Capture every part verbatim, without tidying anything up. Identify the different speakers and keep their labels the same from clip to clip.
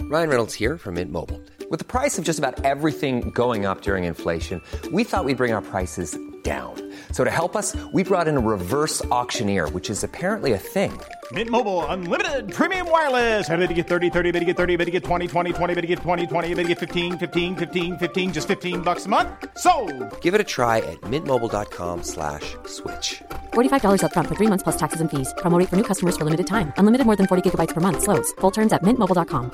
Speaker 1: Ryan Reynolds here from Mint Mobile. With the price of just about everything going up during inflation, we thought we'd bring our prices down. So to help us, we brought in a reverse auctioneer, which is apparently a thing.
Speaker 2: Mint Mobile Unlimited Premium Wireless. How to get thirty, thirty, how to get thirty, how to get twenty, twenty, twenty, how to get twenty, twenty, how to get fifteen, fifteen, fifteen, fifteen, just fifteen bucks a month? Sold!
Speaker 1: Give it a try at mintmobile.com slash switch.
Speaker 3: forty-five dollars up front for three months plus taxes and fees. Promo rate for new customers for limited time. Unlimited more than forty gigabytes per month. Slows full terms at mint mobile dot com.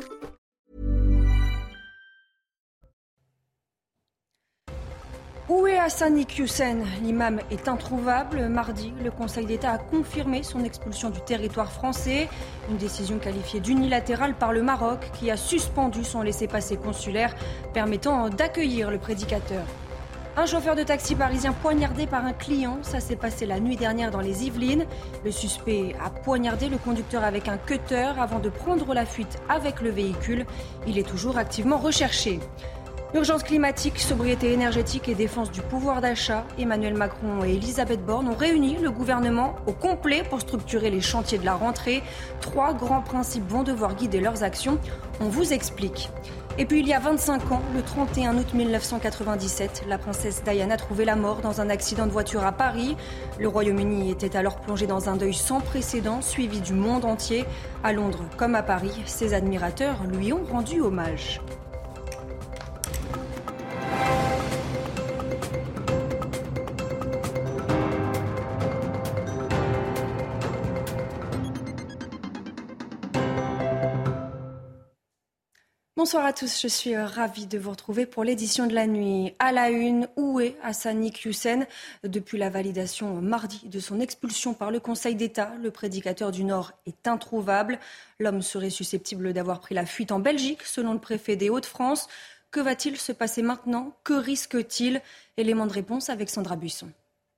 Speaker 4: Où est Hassani Hussein ? L'imam est introuvable. Mardi, le Conseil d'État a confirmé son expulsion du territoire français. Une décision qualifiée d'unilatérale par le Maroc qui a suspendu son laissez-passer consulaire permettant d'accueillir le prédicateur. Un chauffeur de taxi parisien poignardé par un client. Ça s'est passé la nuit dernière dans les Yvelines. Le suspect a poignardé le conducteur avec un cutter avant de prendre la fuite avec le véhicule. Il est toujours activement recherché. Urgence climatique, sobriété énergétique et défense du pouvoir d'achat. Emmanuel Macron et Elisabeth Borne ont réuni le gouvernement au complet pour structurer les chantiers de la rentrée. Trois grands principes vont devoir guider leurs actions. On vous explique. Et puis il y a vingt-cinq ans, le trente et un août mille neuf cent quatre-vingt-dix-sept, la princesse Diana trouvait la mort dans un accident de voiture à Paris. Le Royaume-Uni était alors plongé dans un deuil sans précédent, suivi du monde entier. À Londres comme à Paris, ses admirateurs lui ont rendu hommage. Bonsoir à tous, je suis ravie de vous retrouver pour l'édition de la nuit. À la une, où est Hassani Hussein ? Depuis la validation mardi de son expulsion par le Conseil d'État, le prédicateur du Nord est introuvable. L'homme serait susceptible d'avoir pris la fuite en Belgique, selon le préfet des Hauts-de-France. Que va-t-il se passer maintenant ? Que risque-t-il ? Élément de réponse avec Sandra Buisson.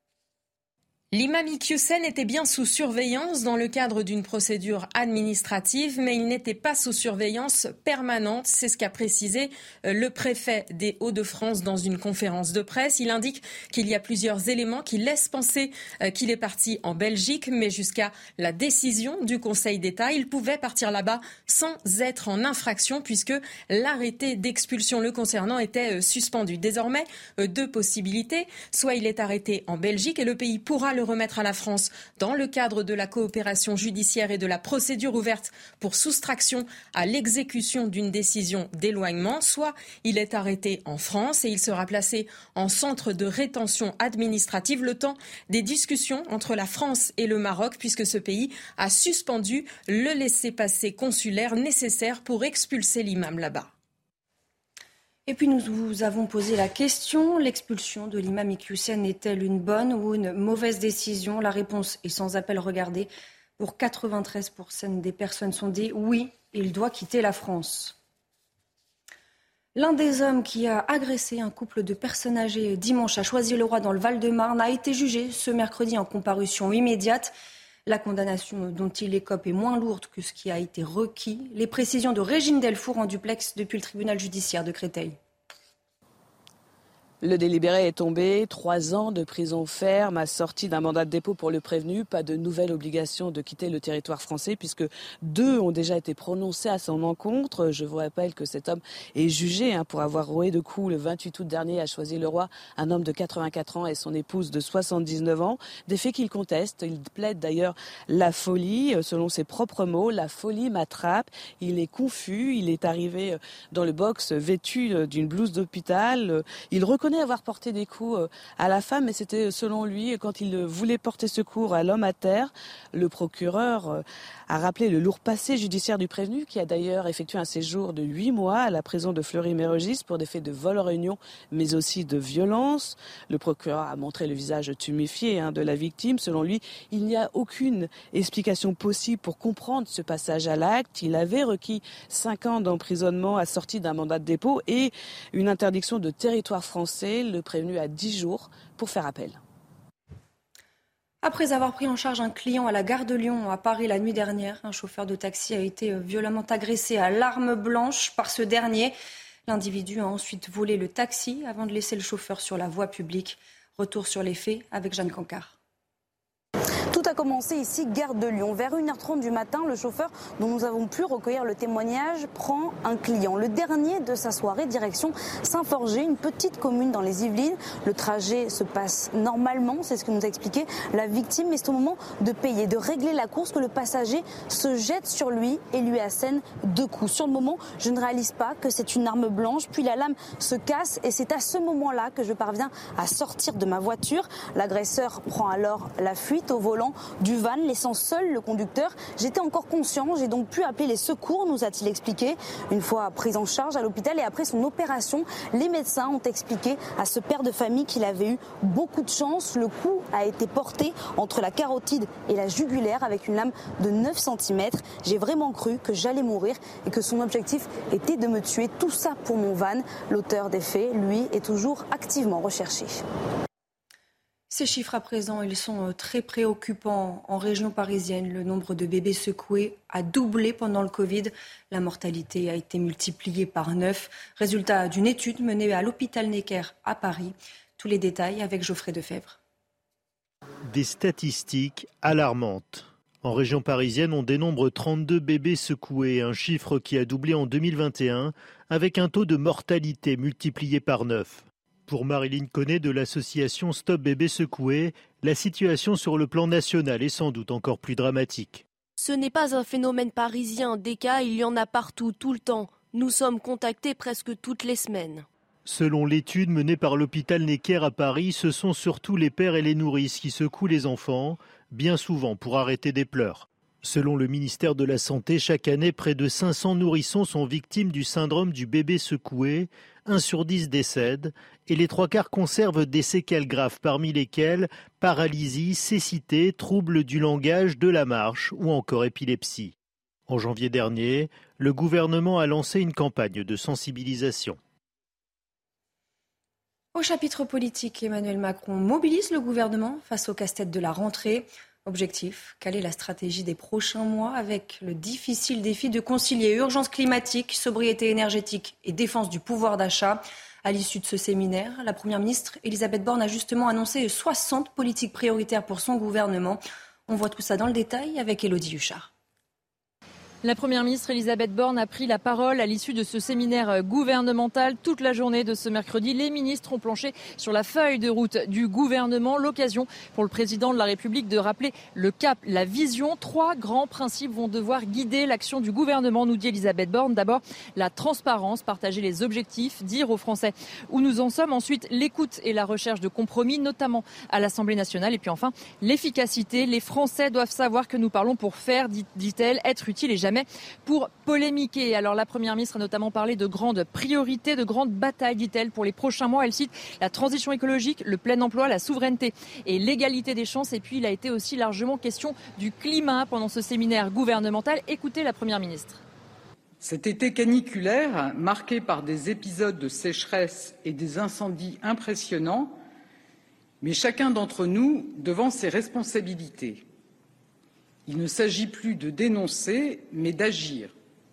Speaker 5: L'imam Hussein était bien sous surveillance dans le cadre d'une procédure administrative, mais il n'était pas sous surveillance permanente. C'est ce qu'a précisé le préfet des Hauts-de-France dans une conférence de presse. Il indique qu'il y a plusieurs éléments qui laissent penser qu'il est parti en Belgique, mais jusqu'à la décision du Conseil d'État, il pouvait partir là-bas sans être en infraction puisque l'arrêté d'expulsion le concernant était suspendu. Désormais, deux possibilités. Soit il est arrêté en Belgique et le pays pourra le remettre à la France dans le cadre de la coopération judiciaire et de la procédure ouverte pour soustraction à l'exécution d'une décision d'éloignement, soit il est arrêté en France et il sera placé en centre de rétention administrative le temps des discussions entre la France et le Maroc puisque ce pays a suspendu le laissez-passer consulaire nécessaire pour expulser l'imam là-bas.
Speaker 4: Et puis nous vous avons posé la question, l'expulsion de l'imam Hussein est-elle une bonne ou une mauvaise décision ? La réponse est sans appel, regardez. Pour quatre-vingt-treize pour cent des personnes sondées, oui, il doit quitter la France. L'un des hommes qui a agressé un couple de personnes âgées dimanche à Choisy-le-Roi dans le Val-de-Marne a été jugé ce mercredi en comparution immédiate. La condamnation dont il écope est moins lourde que ce qui a été requis. Les précisions de Régine Delfour en duplex depuis le tribunal judiciaire de Créteil.
Speaker 6: Le délibéré est tombé, trois ans de prison ferme, assorti d'un mandat de dépôt pour le prévenu. Pas de nouvelle obligation de quitter le territoire français puisque deux ont déjà été prononcés à son encontre. Je vous rappelle que cet homme est jugé hein, pour avoir roué de coups le vingt-huit août dernier à Choisy-le-Roi un homme de quatre-vingt-quatre ans et son épouse de soixante-dix-neuf ans. Des faits qu'il conteste. Il plaide d'ailleurs la folie. Selon ses propres mots, la folie m'attrape. Il est confus. Il est arrivé dans le box vêtu d'une blouse d'hôpital. Il reconnaît avoir porté des coups à la femme, mais c'était selon lui quand il voulait porter secours à l'homme à terre. Le procureur a rappelé le lourd passé judiciaire du prévenu, qui a d'ailleurs effectué un séjour de huit mois à la prison de Fleury-Mérogis pour des faits de vol en réunion, mais aussi de violence. Le procureur a montré le visage tuméfié hein, de la victime. Selon lui, il n'y a aucune explication possible pour comprendre ce passage à l'acte. Il avait requis cinq ans d'emprisonnement assorti d'un mandat de dépôt et une interdiction de territoire français. Le prévenu a dix jours pour faire appel.
Speaker 4: Après avoir pris en charge un client à la gare de Lyon à Paris la nuit dernière, un chauffeur de taxi a été violemment agressé à l'arme blanche par ce dernier. L'individu a ensuite volé le taxi avant de laisser le chauffeur sur la voie publique. Retour sur les faits avec Jeanne Cancard.
Speaker 7: Tout a commencé ici, gare de Lyon. Vers une heure trente du matin, le chauffeur, dont nous avons pu recueillir le témoignage, prend un client. Le dernier de sa soirée, direction Saint-Forgé, une petite commune dans les Yvelines. Le trajet se passe normalement, c'est ce que nous a expliqué la victime, mais c'est au moment de payer, de régler la course que le passager se jette sur lui et lui assène deux coups. Sur le moment, je ne réalise pas que c'est une arme blanche, puis la lame se casse et c'est à ce moment-là que je parviens à sortir de ma voiture. L'agresseur prend alors la fuite au volant du van, laissant seul le conducteur. J'étais encore conscient, j'ai donc pu appeler les secours, nous a-t-il expliqué. Une fois pris en charge à l'hôpital et après son opération, les médecins ont expliqué à ce père de famille qu'il avait eu beaucoup de chance. Le coup a été porté entre la carotide et la jugulaire avec une lame de neuf centimètres. J'ai vraiment cru que j'allais mourir et que son objectif était de me tuer. Tout ça pour mon van. L'auteur des faits, lui, est toujours activement recherché.
Speaker 4: Ces chiffres à présent, ils sont très préoccupants. En région parisienne, le nombre de bébés secoués a doublé pendant le Covid. La mortalité a été multipliée par neuf. Résultat d'une étude menée à l'hôpital Necker à Paris. Tous les détails avec Geoffrey Defebvre.
Speaker 8: Des statistiques alarmantes. En région parisienne, on dénombre trente-deux bébés secoués, un chiffre qui a doublé en deux mille vingt et un, avec un taux de mortalité multiplié par neuf. Pour Marilyn Connet de l'association Stop Bébés Secoués, la situation sur le plan national est sans doute encore plus dramatique.
Speaker 9: Ce n'est pas un phénomène parisien, des cas il y en a partout, tout le temps. Nous sommes contactés presque toutes les semaines.
Speaker 8: Selon l'étude menée par l'hôpital Necker à Paris, ce sont surtout les pères et les nourrices qui secouent les enfants, bien souvent pour arrêter des pleurs. Selon le ministère de la Santé, chaque année, près de cinq cents nourrissons sont victimes du syndrome du bébé secoué. Un sur dix décède et les trois quarts conservent des séquelles graves, parmi lesquelles paralysie, cécité, troubles du langage, de la marche ou encore épilepsie. En janvier dernier, le gouvernement a lancé une campagne de sensibilisation.
Speaker 4: Au chapitre politique, Emmanuel Macron mobilise le gouvernement face au casse-tête de la rentrée. Objectif, caler la stratégie des prochains mois avec le difficile défi de concilier urgence climatique, sobriété énergétique et défense du pouvoir d'achat. À l'issue de ce séminaire, la Première ministre Elisabeth Borne a justement annoncé soixante politiques prioritaires pour son gouvernement. On voit tout ça dans le détail avec Élodie Huchard.
Speaker 10: La Première ministre Elisabeth Borne a pris la parole à l'issue de ce séminaire gouvernemental. Toute la journée de ce mercredi, les ministres ont planché sur la feuille de route du gouvernement. L'occasion pour le président de la République de rappeler le cap, la vision. Trois grands principes vont devoir guider l'action du gouvernement, nous dit Elisabeth Borne. D'abord, la transparence, partager les objectifs, dire aux Français où nous en sommes. Ensuite, l'écoute et la recherche de compromis, notamment à l'Assemblée nationale. Et puis enfin, l'efficacité. Les Français doivent savoir que nous parlons pour faire, dit-elle, être utile et jamais pour polémiquer. Alors la Première ministre a notamment parlé de grandes priorités, de grandes batailles, dit-elle, pour les prochains mois. Elle cite la transition écologique, le plein emploi, la souveraineté et l'égalité des chances. Et puis il a été aussi largement question du climat pendant ce séminaire gouvernemental. Écoutez la Première ministre.
Speaker 11: Cet été caniculaire, marqué par des épisodes de sécheresse et des incendies impressionnants, met chacun d'entre nous devant ses responsabilités. Il ne s'agit plus de dénoncer, mais d'agir.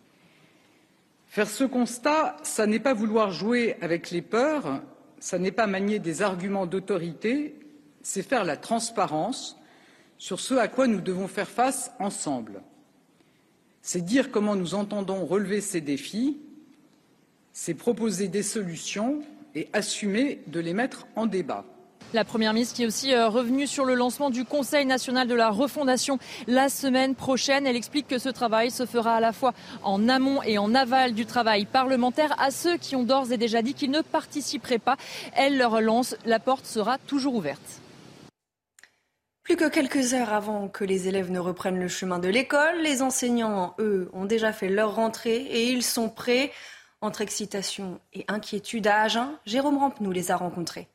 Speaker 11: Faire ce constat, ça n'est pas vouloir jouer avec les peurs, ça n'est pas manier des arguments d'autorité, c'est faire la transparence sur ce à quoi nous devons faire face ensemble. C'est dire comment nous entendons relever ces défis, c'est proposer des solutions et assumer de les mettre en débat.
Speaker 10: La Première ministre qui est aussi revenue sur le lancement du Conseil national de la refondation la semaine prochaine. Elle explique que ce travail se fera à la fois en amont et en aval du travail parlementaire. À ceux qui ont d'ores et déjà dit qu'ils ne participeraient pas, elle leur lance, la porte sera toujours ouverte.
Speaker 4: Plus que quelques heures avant que les élèves ne reprennent le chemin de l'école, les enseignants, eux, ont déjà fait leur rentrée et ils sont prêts. Entre excitation et inquiétude à Agen, Jérôme Rampenou les a rencontrés.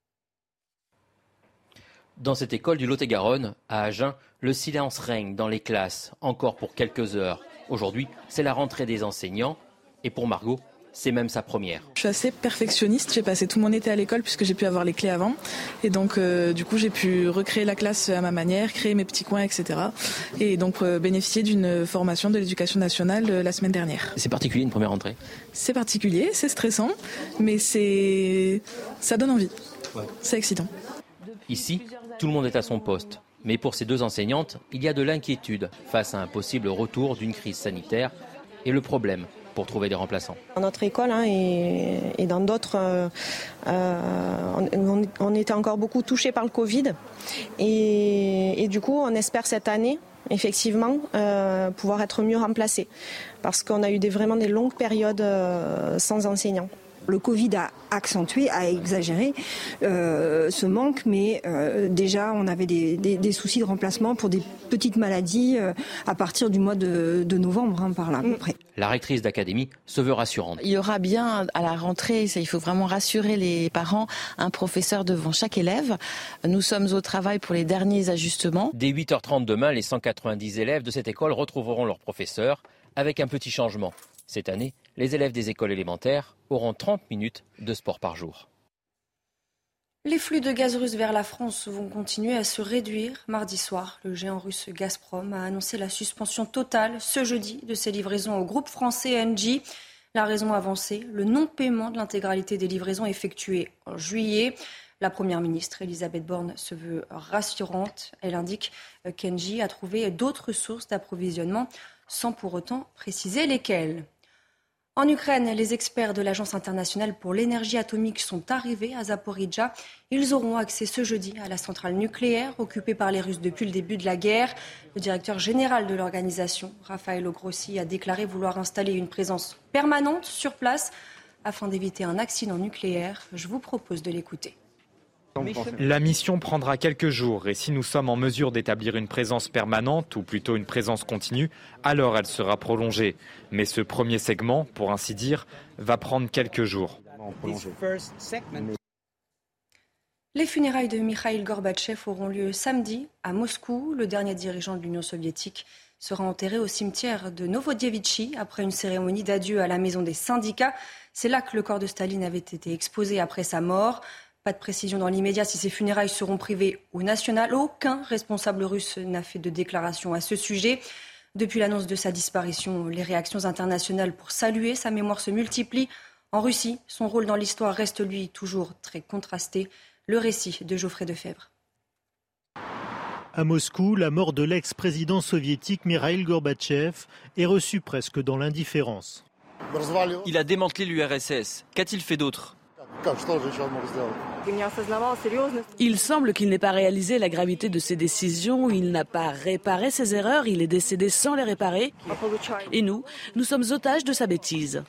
Speaker 12: Dans cette école du Lot-et-Garonne, à Agen, le silence règne dans les classes, encore pour quelques heures. Aujourd'hui, c'est la rentrée des enseignants. Et pour Margot, c'est même sa première.
Speaker 13: Je suis assez perfectionniste. J'ai passé tout mon été à l'école puisque j'ai pu avoir les clés avant. Et donc, euh, du coup, j'ai pu recréer la classe à ma manière, créer mes petits coins, et cetera. Et donc, euh, bénéficier d'une formation de l'éducation nationale euh, la semaine dernière.
Speaker 12: C'est particulier une première rentrée ?
Speaker 13: C'est particulier, c'est stressant, mais c'est... ça donne envie. Ouais. C'est excitant.
Speaker 12: Ici, tout le monde est à son poste. Mais pour ces deux enseignantes, il y a de l'inquiétude face à un possible retour d'une crise sanitaire et le problème pour trouver des remplaçants.
Speaker 14: Dans notre école hein, et, et dans d'autres, euh, on, on était encore beaucoup touchés par le Covid. Et, et du coup, on espère cette année, effectivement, euh, pouvoir être mieux remplacés. Parce qu'on a eu des, vraiment des longues périodes euh, sans enseignants.
Speaker 15: Le Covid a accentué, a exagéré euh, ce manque, mais euh, déjà on avait des, des, des soucis de remplacement pour des petites maladies euh, à partir du mois de, de novembre, hein, par là à peu près.
Speaker 12: La rectrice d'académie se veut rassurante.
Speaker 16: Il y aura bien à la rentrée, il faut vraiment rassurer les parents, un professeur devant chaque élève. Nous sommes au travail pour les derniers ajustements.
Speaker 12: Dès huit heures trente demain, les cent quatre-vingt-dix élèves de cette école retrouveront leur professeur avec un petit changement. Cette année, les élèves des écoles élémentaires auront trente minutes de sport par jour.
Speaker 4: Les flux de gaz russe vers la France vont continuer à se réduire. Mardi soir, le géant russe Gazprom a annoncé la suspension totale ce jeudi de ses livraisons au groupe français Engie. La raison avancée, le non-paiement de l'intégralité des livraisons effectuées en juillet. La Première ministre Elisabeth Borne se veut rassurante. Elle indique qu'Engie a trouvé d'autres sources d'approvisionnement sans pour autant préciser lesquelles. En Ukraine, les experts de l'Agence internationale pour l'énergie atomique sont arrivés à Zaporijjia. Ils auront accès ce jeudi à la centrale nucléaire occupée par les Russes depuis le début de la guerre. Le directeur général de l'organisation, Raffaello Grossi, a déclaré vouloir installer une présence permanente sur place afin d'éviter un accident nucléaire. Je vous propose de l'écouter.
Speaker 17: La mission prendra quelques jours et si nous sommes en mesure d'établir une présence permanente, ou plutôt une présence continue, alors elle sera prolongée. Mais ce premier segment, pour ainsi dire, va prendre quelques jours.
Speaker 4: Les funérailles de Mikhaïl Gorbatchev auront lieu samedi à Moscou. Le dernier dirigeant de l'Union soviétique sera enterré au cimetière de Novodevitchi après une cérémonie d'adieu à la maison des syndicats. C'est là que le corps de Staline avait été exposé après sa mort. Pas de précision dans l'immédiat si ces funérailles seront privées ou nationales. Aucun responsable russe n'a fait de déclaration à ce sujet. Depuis l'annonce de sa disparition, les réactions internationales pour saluer sa mémoire se multiplient. En Russie, son rôle dans l'histoire reste lui toujours très contrasté. Le récit de Geoffrey Defebvre.
Speaker 8: À Moscou, la mort de l'ex-président soviétique Mikhaïl Gorbatchev est reçue presque dans l'indifférence.
Speaker 18: Il a démantelé l'U R S S. Qu'a-t-il fait d'autre ?
Speaker 6: Il semble qu'il n'ait pas réalisé la gravité de ses décisions, il n'a pas réparé ses erreurs, il est décédé sans les réparer. Et nous, nous sommes otages de sa bêtise.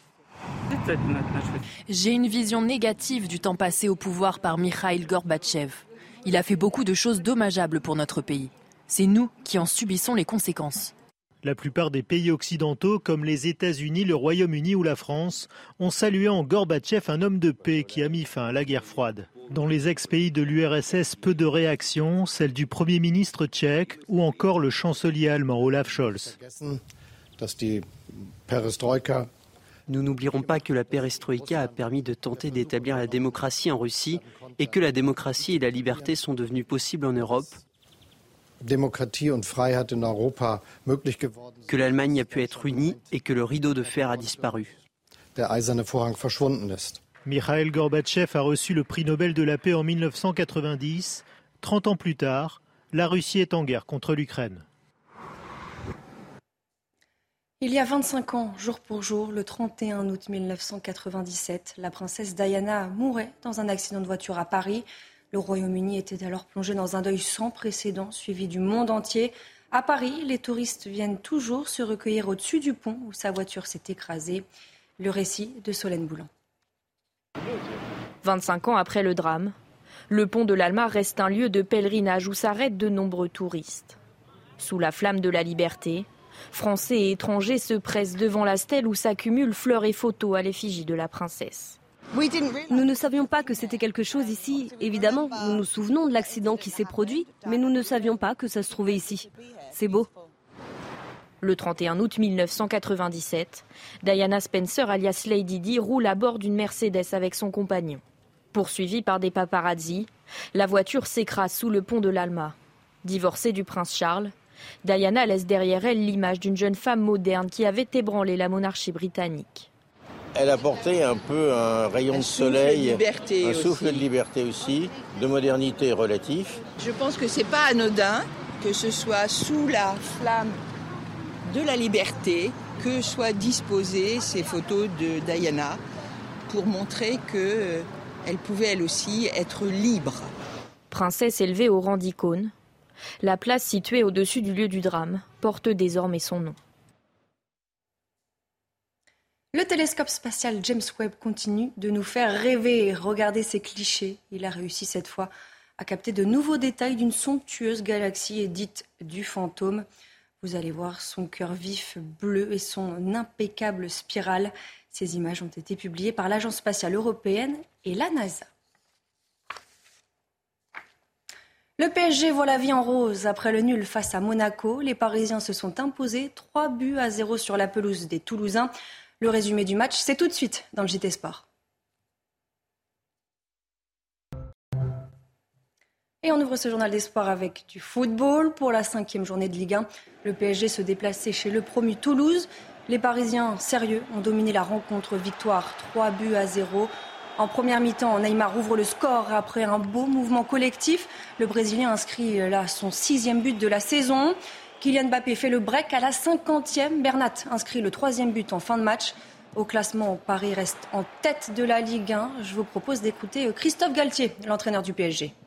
Speaker 19: J'ai une vision négative du temps passé au pouvoir par Mikhaïl Gorbatchev. Il a fait beaucoup de choses dommageables pour notre pays. C'est nous qui en subissons les conséquences.
Speaker 8: La plupart des pays occidentaux, comme les États-Unis, le Royaume-Uni ou la France, ont salué en Gorbatchev un homme de paix qui a mis fin à la guerre froide. Dans les ex-pays de l'U R S S, peu de réactions, celle du Premier ministre tchèque ou encore le chancelier allemand Olaf Scholz.
Speaker 20: Nous n'oublierons pas que la perestroïka a permis de tenter d'établir la démocratie en Russie et que la démocratie et la liberté sont devenues possibles en Europe. Que l'Allemagne a pu être unie et que le rideau de fer a disparu.
Speaker 8: Mikhaïl Gorbatchev a reçu le prix Nobel de la paix en mille neuf cent quatre-vingt-dix. trente ans plus tard, la Russie est en guerre contre l'Ukraine.
Speaker 4: Il y a vingt-cinq ans, jour pour jour, le trente et un août mille neuf cent quatre-vingt-dix-sept, la princesse Diana mourait dans un accident de voiture à Paris. Le Royaume-Uni était alors plongé dans un deuil sans précédent, suivi du monde entier. À Paris, les touristes viennent toujours se recueillir au-dessus du pont où sa voiture s'est écrasée. Le récit de Solène Boulan.
Speaker 21: vingt-cinq ans après le drame, le pont de l'Alma reste un lieu de pèlerinage où s'arrêtent de nombreux touristes. Sous la flamme de la liberté, Français et étrangers se pressent devant la stèle où s'accumulent fleurs et photos à l'effigie de la princesse.
Speaker 22: Nous ne savions pas que c'était quelque chose ici. Évidemment, nous nous souvenons de l'accident qui s'est produit, mais nous ne savions pas que ça se trouvait ici. C'est beau.
Speaker 21: Le trente et un août mille neuf cent quatre-vingt-dix-sept, Diana Spencer alias Lady Di roule à bord d'une Mercedes avec son compagnon. Poursuivie par des paparazzis, la voiture s'écrase sous le pont de l'Alma. Divorcée du prince Charles, Diana laisse derrière elle l'image d'une jeune femme moderne qui avait ébranlé la monarchie britannique.
Speaker 23: Elle apportait un peu un rayon
Speaker 24: un
Speaker 23: de soleil,
Speaker 24: de
Speaker 23: un souffle
Speaker 24: aussi.
Speaker 23: de liberté aussi, de modernité relative.
Speaker 24: Je pense que c'est pas anodin
Speaker 1: que ce soit sous la flamme de la liberté, que soient disposées ces photos de Diana pour montrer qu'elle pouvait elle aussi être libre.
Speaker 21: Princesse élevée au rang d'icône, la place située au-dessus du lieu du drame porte désormais son nom.
Speaker 4: Le télescope spatial James Webb continue de nous faire rêver. Regardez ces clichés. Il a réussi cette fois à capter de nouveaux détails d'une somptueuse galaxie dite du fantôme. Vous allez voir son cœur vif bleu et son impeccable spirale. Ces images ont été publiées par l'Agence spatiale européenne et la NASA. Le P S G voit la vie en rose. Après le nul face à Monaco, les Parisiens se sont imposés trois buts à zéro sur la pelouse des Toulousains. Le résumé du match, c'est tout de suite dans le J T Sport. Et on ouvre ce journal des sports avec du football. Pour la cinquième journée de Ligue un, le P S G se déplaçait chez le promu Toulouse. Les Parisiens, sérieux, ont dominé la rencontre. Victoire trois buts à zéro. En première mi-temps, Neymar ouvre le score après un beau mouvement collectif. Le Brésilien inscrit là son sixième but de la saison. Kylian Mbappé fait le break à la cinquantième. Bernat inscrit le troisième but en fin de match. Au classement, Paris reste en tête de la Ligue un. Je vous propose d'écouter Christophe Galtier, l'entraîneur du P S G.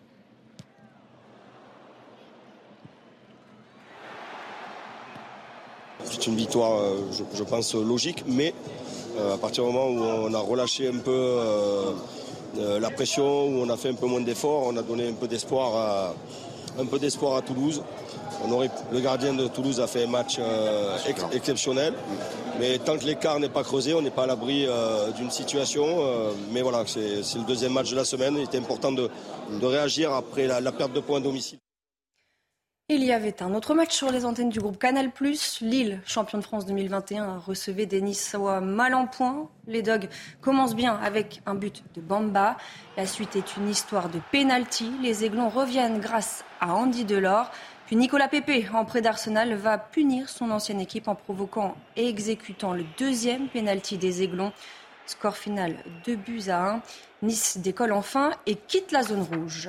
Speaker 2: C'est une victoire, je, je pense, logique, mais euh, à partir du moment où on a relâché un peu euh, euh, la pression, où on a fait un peu moins d'efforts, on a donné un peu d'espoir à, un peu d'espoir à Toulouse. On aurait, le gardien de Toulouse a fait un match euh, ex- exceptionnel, mais tant que l'écart n'est pas creusé, on n'est pas à l'abri euh, d'une situation. Euh, mais voilà, c'est, c'est le deuxième match de la semaine. Il était important de, de réagir après la, la perte de points à domicile.
Speaker 4: Il y avait un autre match sur les antennes du groupe Canal+. Lille, champion de France deux mille vingt et un, recevait des Niçois mal en point. Les Dogs commencent bien avec un but de Bamba. La suite est une histoire de pénalty. Les Aiglons reviennent grâce à Andy Delors. Puis Nicolas Pepe, en prêt d'Arsenal, va punir son ancienne équipe en provoquant et exécutant le deuxième pénalty des Aiglons. Score final deux buts à un. Nice décolle enfin et quitte la zone rouge.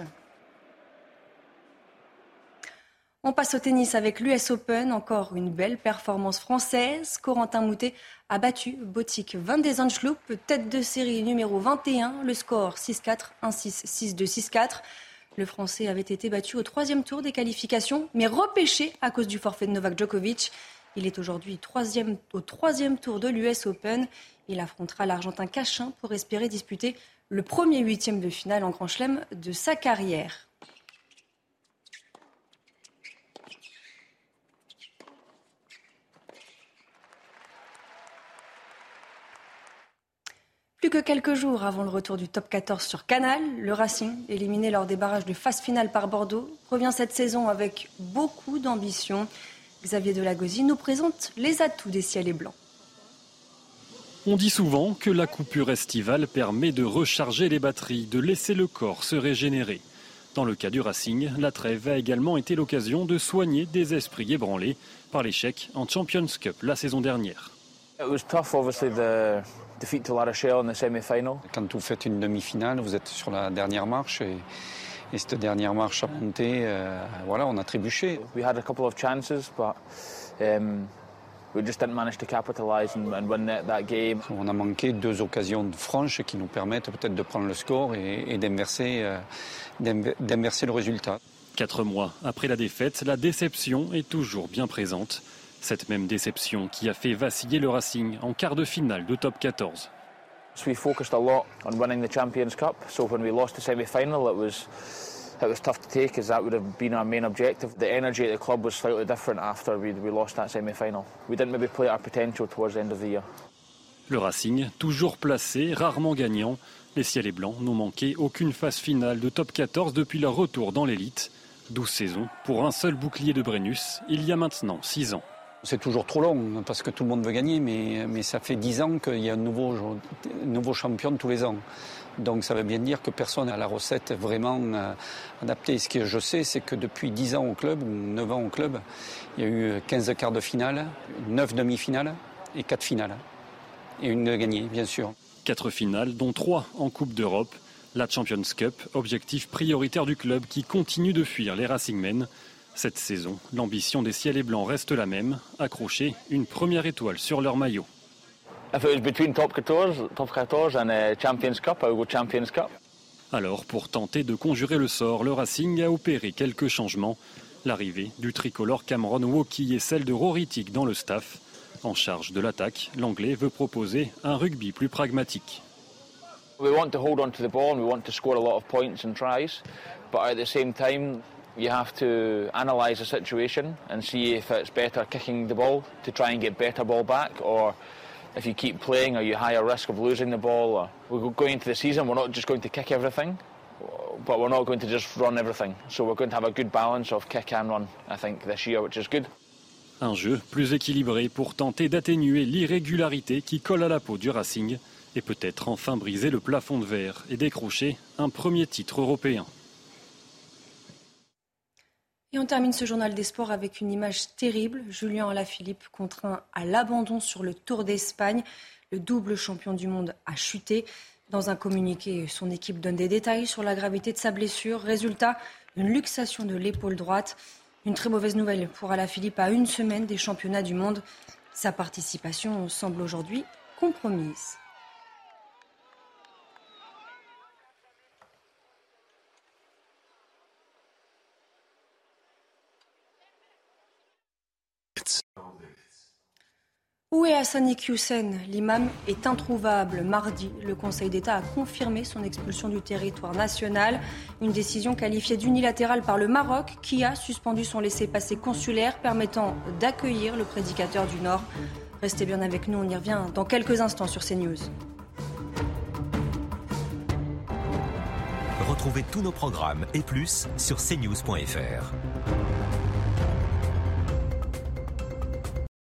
Speaker 4: On passe au tennis avec l'U S Open. Encore une belle performance française. Corentin Moutet a battu Botic van de Zandschulp, tête de série numéro vingt et un. Le score six quatre, un six, six deux, six quatre. Le Français avait été battu au troisième tour des qualifications, mais repêché à cause du forfait de Novak Djokovic. Il est aujourd'hui troisième, au troisième tour de l'U S Open. Il affrontera l'Argentin Cachin pour espérer disputer le premier huitième de finale en Grand Chelem de sa carrière. Plus que quelques jours avant le retour du top quatorze sur Canal, le Racing, éliminé lors des barrages de phase finale par Bordeaux, revient cette saison avec beaucoup d'ambition. Xavier Delagozie nous présente les atouts des ciels et blancs.
Speaker 3: On dit souvent que la coupure estivale permet de recharger les batteries, de laisser le corps se régénérer. Dans le cas du Racing, la trêve a également été l'occasion de soigner des esprits ébranlés par l'échec en Champions Cup la saison dernière.
Speaker 24: It was tough, obviously, the defeat to La Rochelle in the semi-final.
Speaker 25: Quand vous faites une demi-finale, vous êtes sur la dernière marche et, et cette dernière marche à monter, euh, voilà, on a trébuché.
Speaker 24: We had a couple of chances, but um, we just didn't manage to capitalise and, and win that, that game.
Speaker 25: On a manqué deux occasions franches qui nous permettent peut-être de prendre le score et, et d'inverser, euh, d'inverser le résultat.
Speaker 3: Quatre mois après la défaite, la déception est toujours bien présente. Cette même déception qui a fait vaciller le Racing en quart de finale de top quatorze.
Speaker 24: We focused a lot on winning the Champions Cup, so when we lost the semi-final, it was it was tough to take, as that would have been our main objective. The energy at the club was slightly different after we we lost that semi-final. We didn't maybe play our potential towards the end of the year.
Speaker 3: Le Racing, toujours placé, rarement gagnant. Les Ciels et Blancs n'ont manqué aucune phase finale de top quatorze depuis leur retour dans l'élite. douze saisons pour un seul bouclier de Brennus, il y a maintenant six ans.
Speaker 25: C'est toujours trop long parce que tout le monde veut gagner, mais, mais ça fait dix ans qu'il y a un nouveau, un nouveau champion tous les ans. Donc ça veut bien dire que personne n'a la recette vraiment euh, adaptée. Ce que je sais, c'est que depuis dix ans au club, ou neuf ans au club, il y a eu quinze quarts de finale, neuf demi-finales et quatre finales. Et une gagnée, bien sûr.
Speaker 3: Quatre finales, dont trois en Coupe d'Europe. La Champions Cup, objectif prioritaire du club qui continue de fuir les Racingmen. Cette saison, l'ambition des Ciels et Blancs reste la même, accrocher une première étoile sur leur maillot.
Speaker 24: If it was between top quatorze, top quatorze and a Champions Cup, I would go Champions Cup.
Speaker 3: Alors, pour tenter de conjurer le sort, le Racing a opéré quelques changements. L'arrivée du tricolore Cameron Woki et celle de Rory Tick dans le staff. En charge de l'attaque, l'Anglais veut proposer un rugby plus pragmatique.
Speaker 24: We want to hold on to the ball and we want to score a lot of points and tries, but at the same time, you have to analyse the situation and see if it's better kicking the ball to try and get better ball back, or if you keep playing, are you higher risk of losing the ball? Or we're going into the season, we're not just going to kick everything, but we're not going to just run everything. So we're going to have a good balance of kick and run, I think, this year, which is good.
Speaker 3: Un jeu plus équilibré pour tenter d'atténuer l'irrégularité qui colle à la peau du Racing et peut-être enfin briser le plafond de verre et décrocher un premier titre européen.
Speaker 4: Et on termine ce journal des sports avec une image terrible. Julien Alaphilippe contraint à l'abandon sur le Tour d'Espagne. Le double champion du monde a chuté. Dans un communiqué, son équipe donne des détails sur la gravité de sa blessure. Résultat, une luxation de l'épaule droite. Une très mauvaise nouvelle pour Alaphilippe à une semaine des championnats du monde. Sa participation semble aujourd'hui compromise. Où est Hassani Hussein? L'imam est introuvable. Mardi, le Conseil d'État a confirmé son expulsion du territoire national. Une décision qualifiée d'unilatérale par le Maroc qui a suspendu son laissez-passer consulaire permettant d'accueillir le prédicateur du Nord. Restez bien avec nous, on y revient dans quelques instants sur CNews.
Speaker 5: Retrouvez tous nos programmes et plus sur c news point f r.